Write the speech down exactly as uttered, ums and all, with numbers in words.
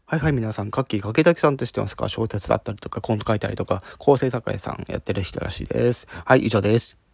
はいはい、皆さん、カッキーかけたきさんって知ってますか？小説だったりとか、コント書いたりとか、構成作家さんやってる人らしいです。はい、以上です。